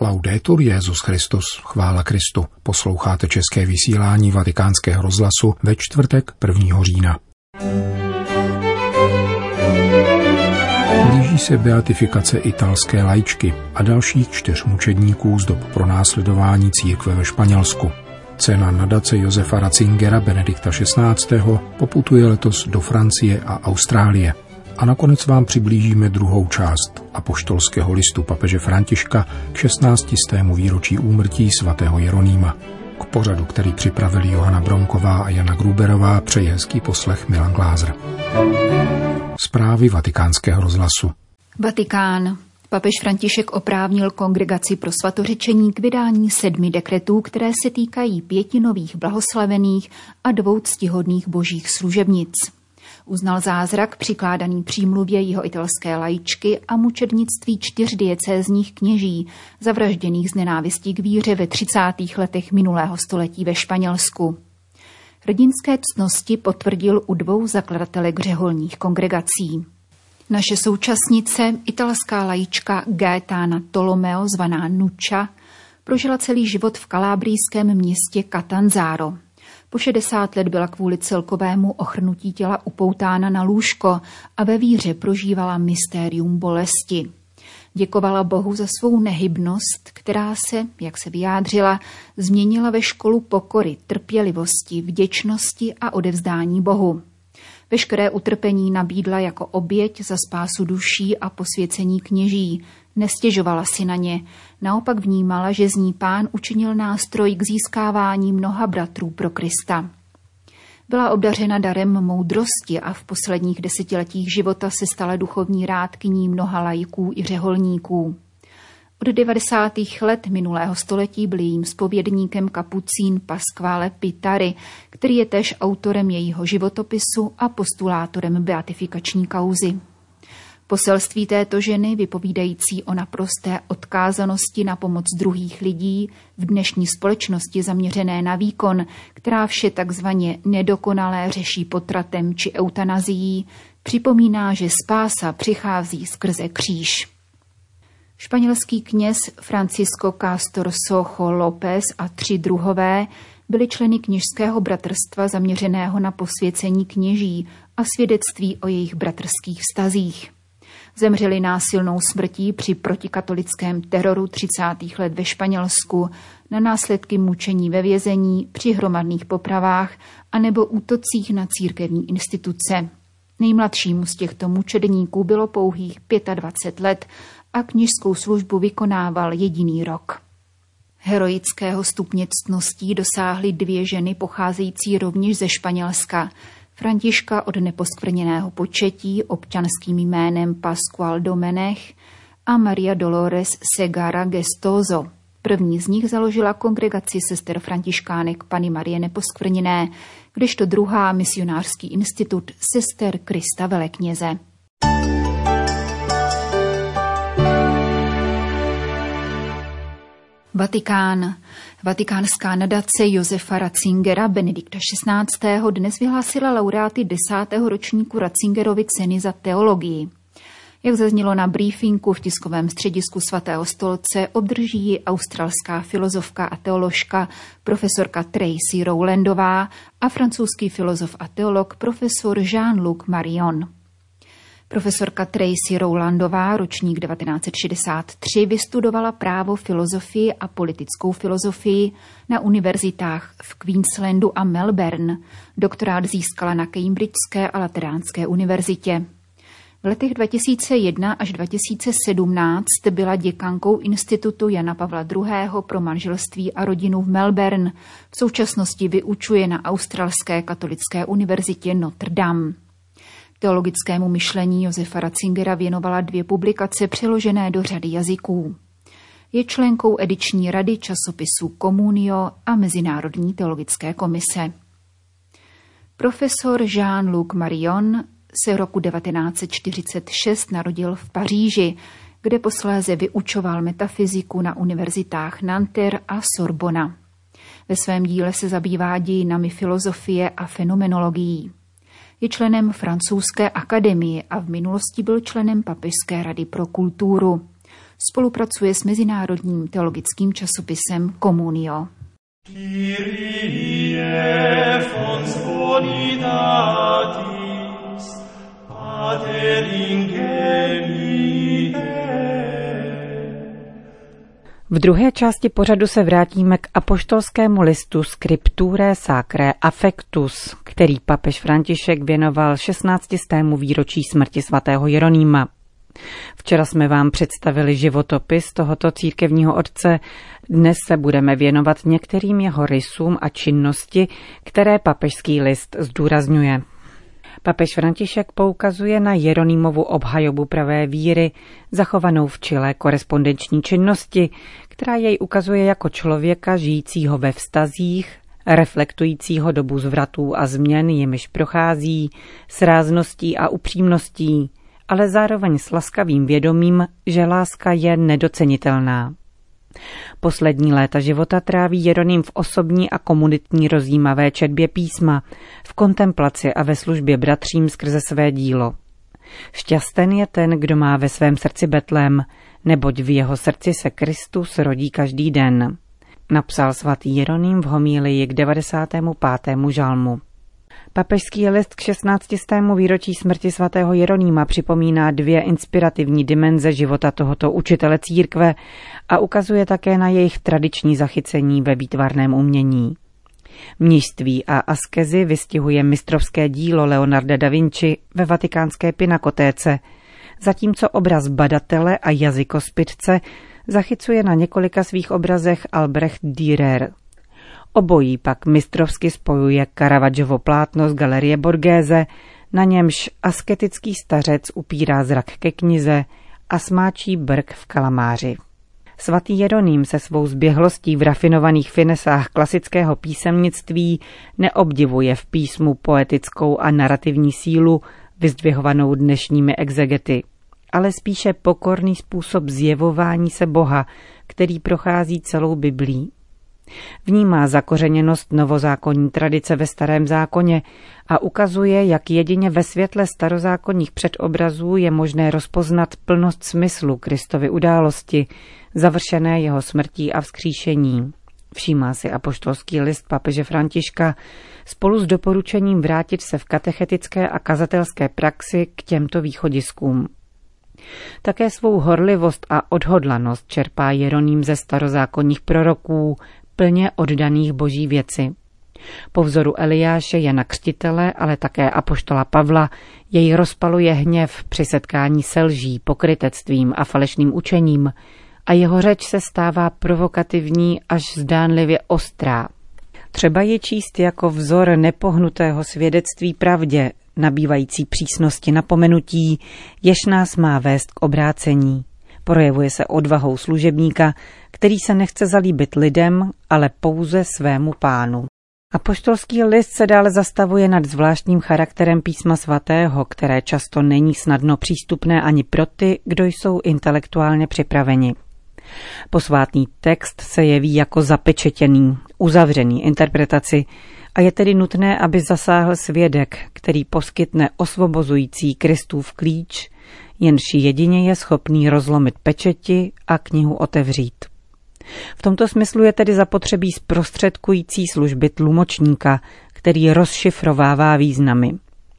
Laudetur Jesus Christus, chvála Kristu. Posloucháte české vysílání Vatikánského rozhlasu ve čtvrtek 1. října. Blíží se beatifikace italské laičky a dalších 4 mučedníků z dob pronásledování církve ve Španělsku. Cena nadace Josefa Ratzingera Benedikta XVI. Poputuje letos do Francie a Austrálie. A nakonec vám přiblížíme druhou část apoštolského listu papeže Františka k 16. výročí úmrtí svatého Jeronýma. K pořadu, který připravili Johana Bronková a Jana Gruberová, přeje hezký poslech Milan Glázer. Zprávy Vatikánského rozhlasu. Vatikán. Papež František oprávnil Kongregaci pro svatořečení k vydání 7 dekretů, které se týkají 5 nových blahoslavených a 2 ctihodných božích služebnic. Uznal zázrak přikládaný přímluvě jihoitalské laičky a mučednictví 4 diecézních kněží, zavražděných z nenávistí k víře ve 30. letech minulého století ve Španělsku. Hrdinské ctnosti potvrdil u 2 zakladatelek řeholních kongregací. Naše současnice, italská laička Gaetana Tolomeo, zvaná Nuccia, prožila celý život v kalábrijském městě Catanzaro. Po 60 let byla kvůli celkovému ochrnutí těla upoutána na lůžko a ve víře prožívala mystérium bolesti. Děkovala Bohu za svou nehybnost, která se, jak se vyjádřila, změnila ve školu pokory, trpělivosti, vděčnosti a odevzdání Bohu. Veškeré utrpení nabídla jako oběť za spásu duší a posvěcení kněží. Nestěžovala si na ně, naopak vnímala, že z ní Pán učinil nástroj k získávání mnoha bratrů pro Krista. Byla obdařena darem moudrosti a v posledních desetiletích života se stala duchovní rádkyní mnoha laiků i řeholníků. Od 90. let minulého století byl jejím zpovědníkem kapucín Pasquale Pittari, který je též autorem jejího životopisu a postulátorem beatifikační kauzy. Poselství této ženy, vypovídající o naprosté odkázanosti na pomoc druhých lidí v dnešní společnosti zaměřené na výkon, která vše takzvaně nedokonalé řeší potratem či eutanazií, připomíná, že spása přichází skrze kříž. Španělský kněz Francisco Castor Sojo López a 3 druhové byli členy kněžského bratrstva zaměřeného na posvěcení kněží a svědectví o jejich bratrských vztazích. Zemřeli násilnou smrtí při protikatolickém teroru 30. let ve Španělsku, na následky mučení ve vězení, při hromadných popravách anebo útocích na církevní instituce. Nejmladšímu z těchto mučedníků bylo pouhých 25 let a kněžskou službu vykonával jediný rok. Heroického stupně ctností dosáhly 2 ženy pocházející rovněž ze Španělska. Františka od neposkvrněného početí občanským jménem Pascual Domenech a Maria Dolores Segara Gestoso. První z nich založila kongregaci sester františkánek Panny Marie Neposkvrněné, kdežto druhá misionářský institut sester Krista Velekněze. Vatikán. Vatikánská nadace Josefa Ratzingera Benedikta XVI. Dnes vyhlásila laureáty 10. ročníku Ratzingerovy ceny za teologii. Jak zaznělo na briefingu v tiskovém středisku Svatého stolce, obdrží ji australská filozofka a teoložka profesorka Tracy Rowlandová a francouzský filozof a teolog profesor Jean-Luc Marion. Profesorka Tracy Rowlandová, ročník 1963, vystudovala právo, filozofii a politickou filozofii na univerzitách v Queenslandu a Melbourne. Doktorát získala na Cambridgeské a Lateránské univerzitě. V letech 2001 až 2017 byla děkankou Institutu Jana Pavla II. Pro manželství a rodinu v Melbourne. V současnosti vyučuje na Australské katolické univerzitě Notre Dame. Teologickému myšlení Josefa Ratzingera věnovala 2 publikace přeložené do řady jazyků. Je členkou ediční rady časopisu Communio a Mezinárodní teologické komise. Profesor Jean-Luc Marion se roku 1946 narodil v Paříži, kde posléze vyučoval metafyziku na univerzitách Nanterre a Sorbona. Ve svém díle se zabývá dějinami filozofie a fenomenologií. Je členem francouzské akademie a v minulosti byl členem Papežské rady pro kulturu. Spolupracuje s mezinárodním teologickým časopisem Communio. V druhé části pořadu se vrátíme k apoštolskému listu Scripturae Sacrae Affectus, který papež František věnoval 16. výročí smrti svatého Jeronýma. Včera jsme vám představili životopis tohoto církevního otce, dnes se budeme věnovat některým jeho rysům a činnosti, které papežský list zdůrazňuje. Papež František poukazuje na Jeronýmovu obhajobu pravé víry, zachovanou v čile korespondenční činnosti, která jej ukazuje jako člověka žijícího ve vztazích, reflektujícího dobu zvratů a změn, jimiž prochází, s rázností a upřímností, ale zároveň s laskavým vědomím, že láska je nedocenitelná. Poslední léta života tráví Jeroným v osobní a komunitní rozjímavé četbě písma, v kontemplaci a ve službě bratřím skrze své dílo. Šťasten je ten, kdo má ve svém srdci Betlém, neboť v jeho srdci se Kristus rodí každý den, napsal svatý Jeroným v homílii k 95. žalmu. Papežský list k 16. výročí smrti svatého Jeronýma připomíná dvě inspirativní dimenze života tohoto učitele církve a ukazuje také na jejich tradiční zachycení ve výtvarném umění. Mnišství a askezi vystihuje mistrovské dílo Leonarda da Vinci ve vatikánské pinakotéce, zatímco obraz badatele a jazykospitce zachycuje na několika svých obrazech Albrecht Dürer. Obojí pak mistrovsky spojuje Caravaggovo plátno z galerie Borghese, na němž asketický stařec upírá zrak ke knize a smáčí brk v kalamáři. Svatý Jeroným se svou zběhlostí v rafinovaných finesách klasického písemnictví neobdivuje v písmu poetickou a narrativní sílu vyzdvihovanou dnešními exegety, ale spíše pokorný způsob zjevování se Boha, který prochází celou Biblí. Vnímá zakořeněnost novozákonní tradice ve Starém zákoně a ukazuje, jak jedině ve světle starozákonních předobrazů je možné rozpoznat plnost smyslu Kristovy události, završené jeho smrtí a vzkříšení. Všímá si apoštolský list papeže Františka spolu s doporučením vrátit se v katechetické a kazatelské praxi k těmto východiskům. Také svou horlivost a odhodlanost čerpá Jeroným ze starozákonních proroků, plně oddaných boží věci. Po vzoru Eliáše, Jana Křtitele, ale také apoštola Pavla, jej rozpaluje hněv při setkání se lží, pokrytectvím a falešným učením a jeho řeč se stává provokativní až zdánlivě ostrá. Třeba je číst jako vzor nepohnutého svědectví pravdě, nabývající přísnosti napomenutí, jež nás má vést k obrácení. Projevuje se odvahou služebníka, který se nechce zalíbit lidem, ale pouze svému Pánu. Apoštolský list se dále zastavuje nad zvláštním charakterem písma svatého, které často není snadno přístupné ani pro ty, kdo jsou intelektuálně připraveni. Posvátný text se jeví jako zapečetěný, uzavřený interpretaci a je tedy nutné, aby zasáhl svědek, který poskytne osvobozující Kristův klíč, jenž jedině je schopný rozlomit pečeti a knihu otevřít. V tomto smyslu je tedy zapotřebí zprostředkující služby tlumočníka, který rozšifrovává významy.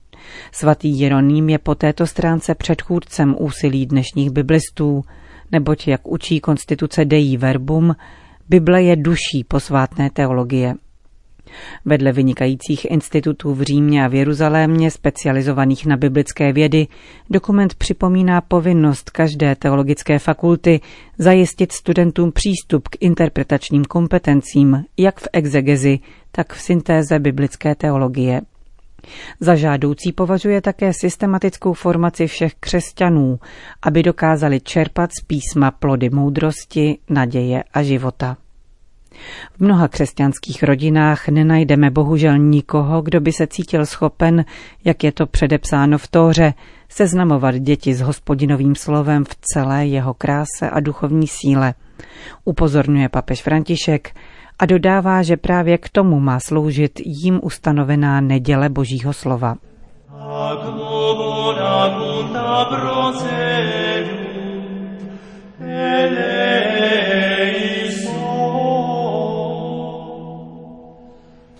Svatý Jeroným je po této stránce předchůdcem úsilí dnešních biblistů, neboť, jak učí konstituce Dei Verbum, Bible je duší posvátné teologie. Vedle vynikajících institutů v Římě a v Jeruzalémě specializovaných na biblické vědy, dokument připomíná povinnost každé teologické fakulty zajistit studentům přístup k interpretačním kompetencím, jak v exegezi, tak v syntéze biblické teologie. Za žádoucí považuje také systematickou formaci všech křesťanů, aby dokázali čerpat z písma plody moudrosti, naděje a života. V mnoha křesťanských rodinách nenajdeme bohužel nikoho, kdo by se cítil schopen, jak je to předepsáno v Tóře, seznamovat děti s Hospodinovým slovem v celé jeho kráse a duchovní síle. Upozorňuje papež František a dodává, že právě k tomu má sloužit jím ustanovená neděle Božího slova.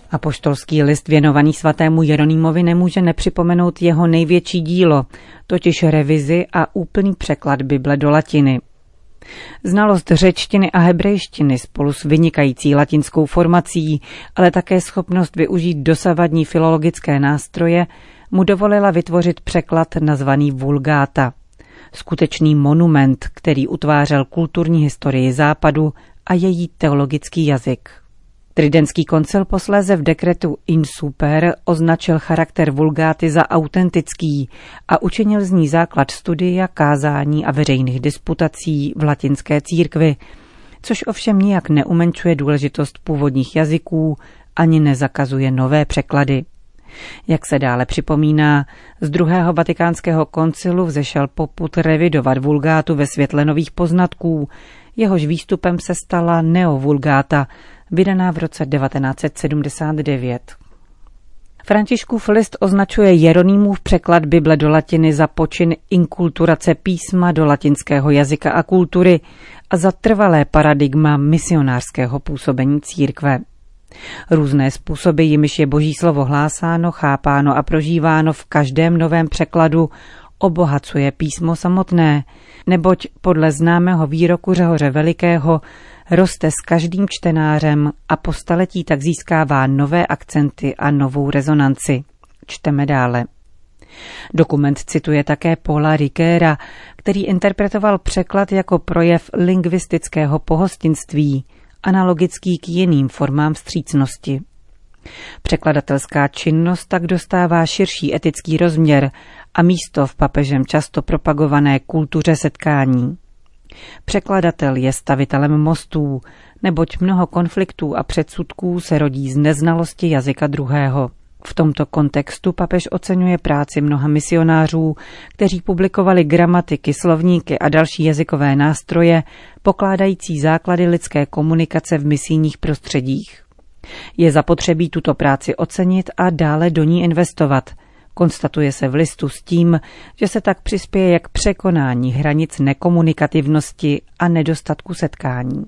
Apoštolský list věnovaný svatému Jeronýmovi nemůže nepřipomenout jeho největší dílo, totiž revizi a úplný překlad Bible do latiny. Znalost řečtiny a hebrejštiny spolu s vynikající latinskou formací, ale také schopnost využít dosavadní filologické nástroje mu dovolila vytvořit překlad nazvaný Vulgáta. Skutečný monument, který utvářel kulturní historii Západu a její teologický jazyk. Tridentský koncil posléze v dekretu In Super označil charakter Vulgáty za autentický a učinil z ní základ studia, kázání a veřejných disputací v latinské církvi, což ovšem nijak neumenšuje důležitost původních jazyků ani nezakazuje nové překlady. Jak se dále připomíná, z druhého vatikánského koncilu vzešel popud revidovat Vulgátu ve světle nových poznatků, jehož výstupem se stala Neovulgáta, vydaná v roce 1979. Františkův list označuje Jeronýmův překlad Bible do latiny za počin inkulturace písma do latinského jazyka a kultury a za trvalé paradigma misionářského působení církve. Různé způsoby, jimiž je Boží slovo hlásáno, chápáno a prožíváno v každém novém překladu, obohacuje písmo samotné, neboť podle známého výroku Řehoře Velikého roste s každým čtenářem a po staletí tak získává nové akcenty a novou rezonanci. Čteme dále. Dokument cituje také Paula Ricoeura, který interpretoval překlad jako projev lingvistického pohostinství, analogický k jiným formám vstřícnosti. Překladatelská činnost tak dostává širší etický rozměr a místo v papežem často propagované kultuře setkání. Překladatel je stavitelem mostů, neboť mnoho konfliktů a předsudků se rodí z neznalosti jazyka druhého. V tomto kontextu papež oceňuje práci mnoha misionářů, kteří publikovali gramatiky, slovníky a další jazykové nástroje, pokládající základy lidské komunikace v misijních prostředích. Je zapotřebí tuto práci ocenit a dále do ní investovat. Konstatuje se v listu s tím, že se tak přispěje k překonání hranic nekomunikativnosti a nedostatku setkání.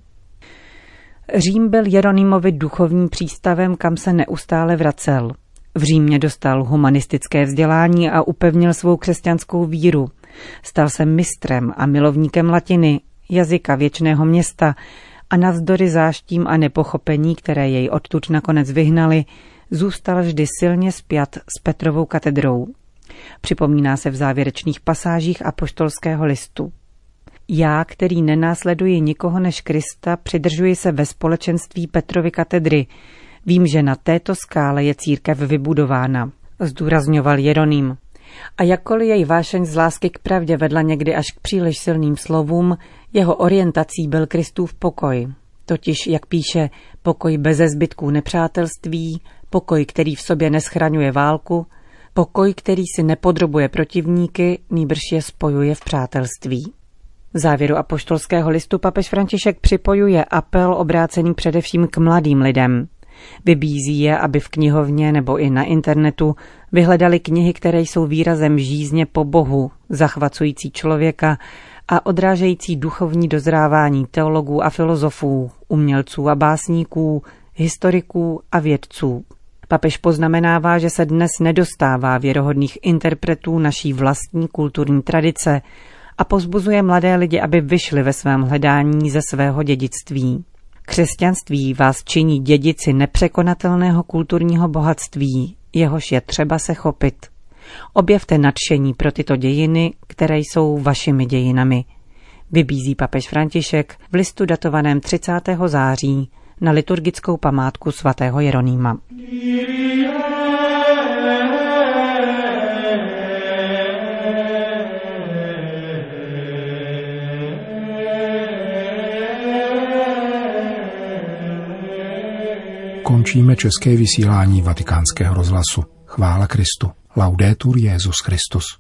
Řím byl Jeronýmovi duchovním přístavem, kam se neustále vracel. V Římě dostal humanistické vzdělání a upevnil svou křesťanskou víru. Stal se mistrem a milovníkem latiny, jazyka věčného města a navzdory záštím a nepochopení, které jej odtud nakonec vyhnali, zůstal vždy silně spjat s Petrovou katedrou. Připomíná se v závěrečných pasážích apoštolského listu. Já, který nenásleduji nikoho než Krista, přidržuji se ve společenství Petrovy katedry. Vím, že na této skále je církev vybudována, zdůrazňoval Jeroným. A jakkoliv jej vášeň z lásky k pravdě vedla někdy až k příliš silným slovům, jeho orientací byl Kristův pokoj. Totiž, jak píše, pokoj beze zbytků nepřátelství, pokoj, který v sobě neschraňuje válku, pokoj, který si nepodrobuje protivníky, nýbrž je spojuje v přátelství. V závěru apoštolského listu papež František připojuje apel obrácený především k mladým lidem. Vybízí je, aby v knihovně nebo i na internetu vyhledali knihy, které jsou výrazem žízně po Bohu, zachvacující člověka a odrážející duchovní dozrávání teologů a filozofů, umělců a básníků, historiků a vědců. Papež poznamenává, že se dnes nedostává věrohodných interpretů naší vlastní kulturní tradice a povzbuzuje mladé lidi, aby vyšli ve svém hledání ze svého dědictví. Křesťanství vás činí dědici nepřekonatelného kulturního bohatství, jehož je třeba se chopit. Objevte nadšení pro tyto dějiny, které jsou vašimi dějinami. Vybízí papež František v listu datovaném 30. září na liturgickou památku svatého Jeronýma. Končíme české vysílání Vatikánského rozhlasu. Chvála Kristu. Laudetur Jesus Christus.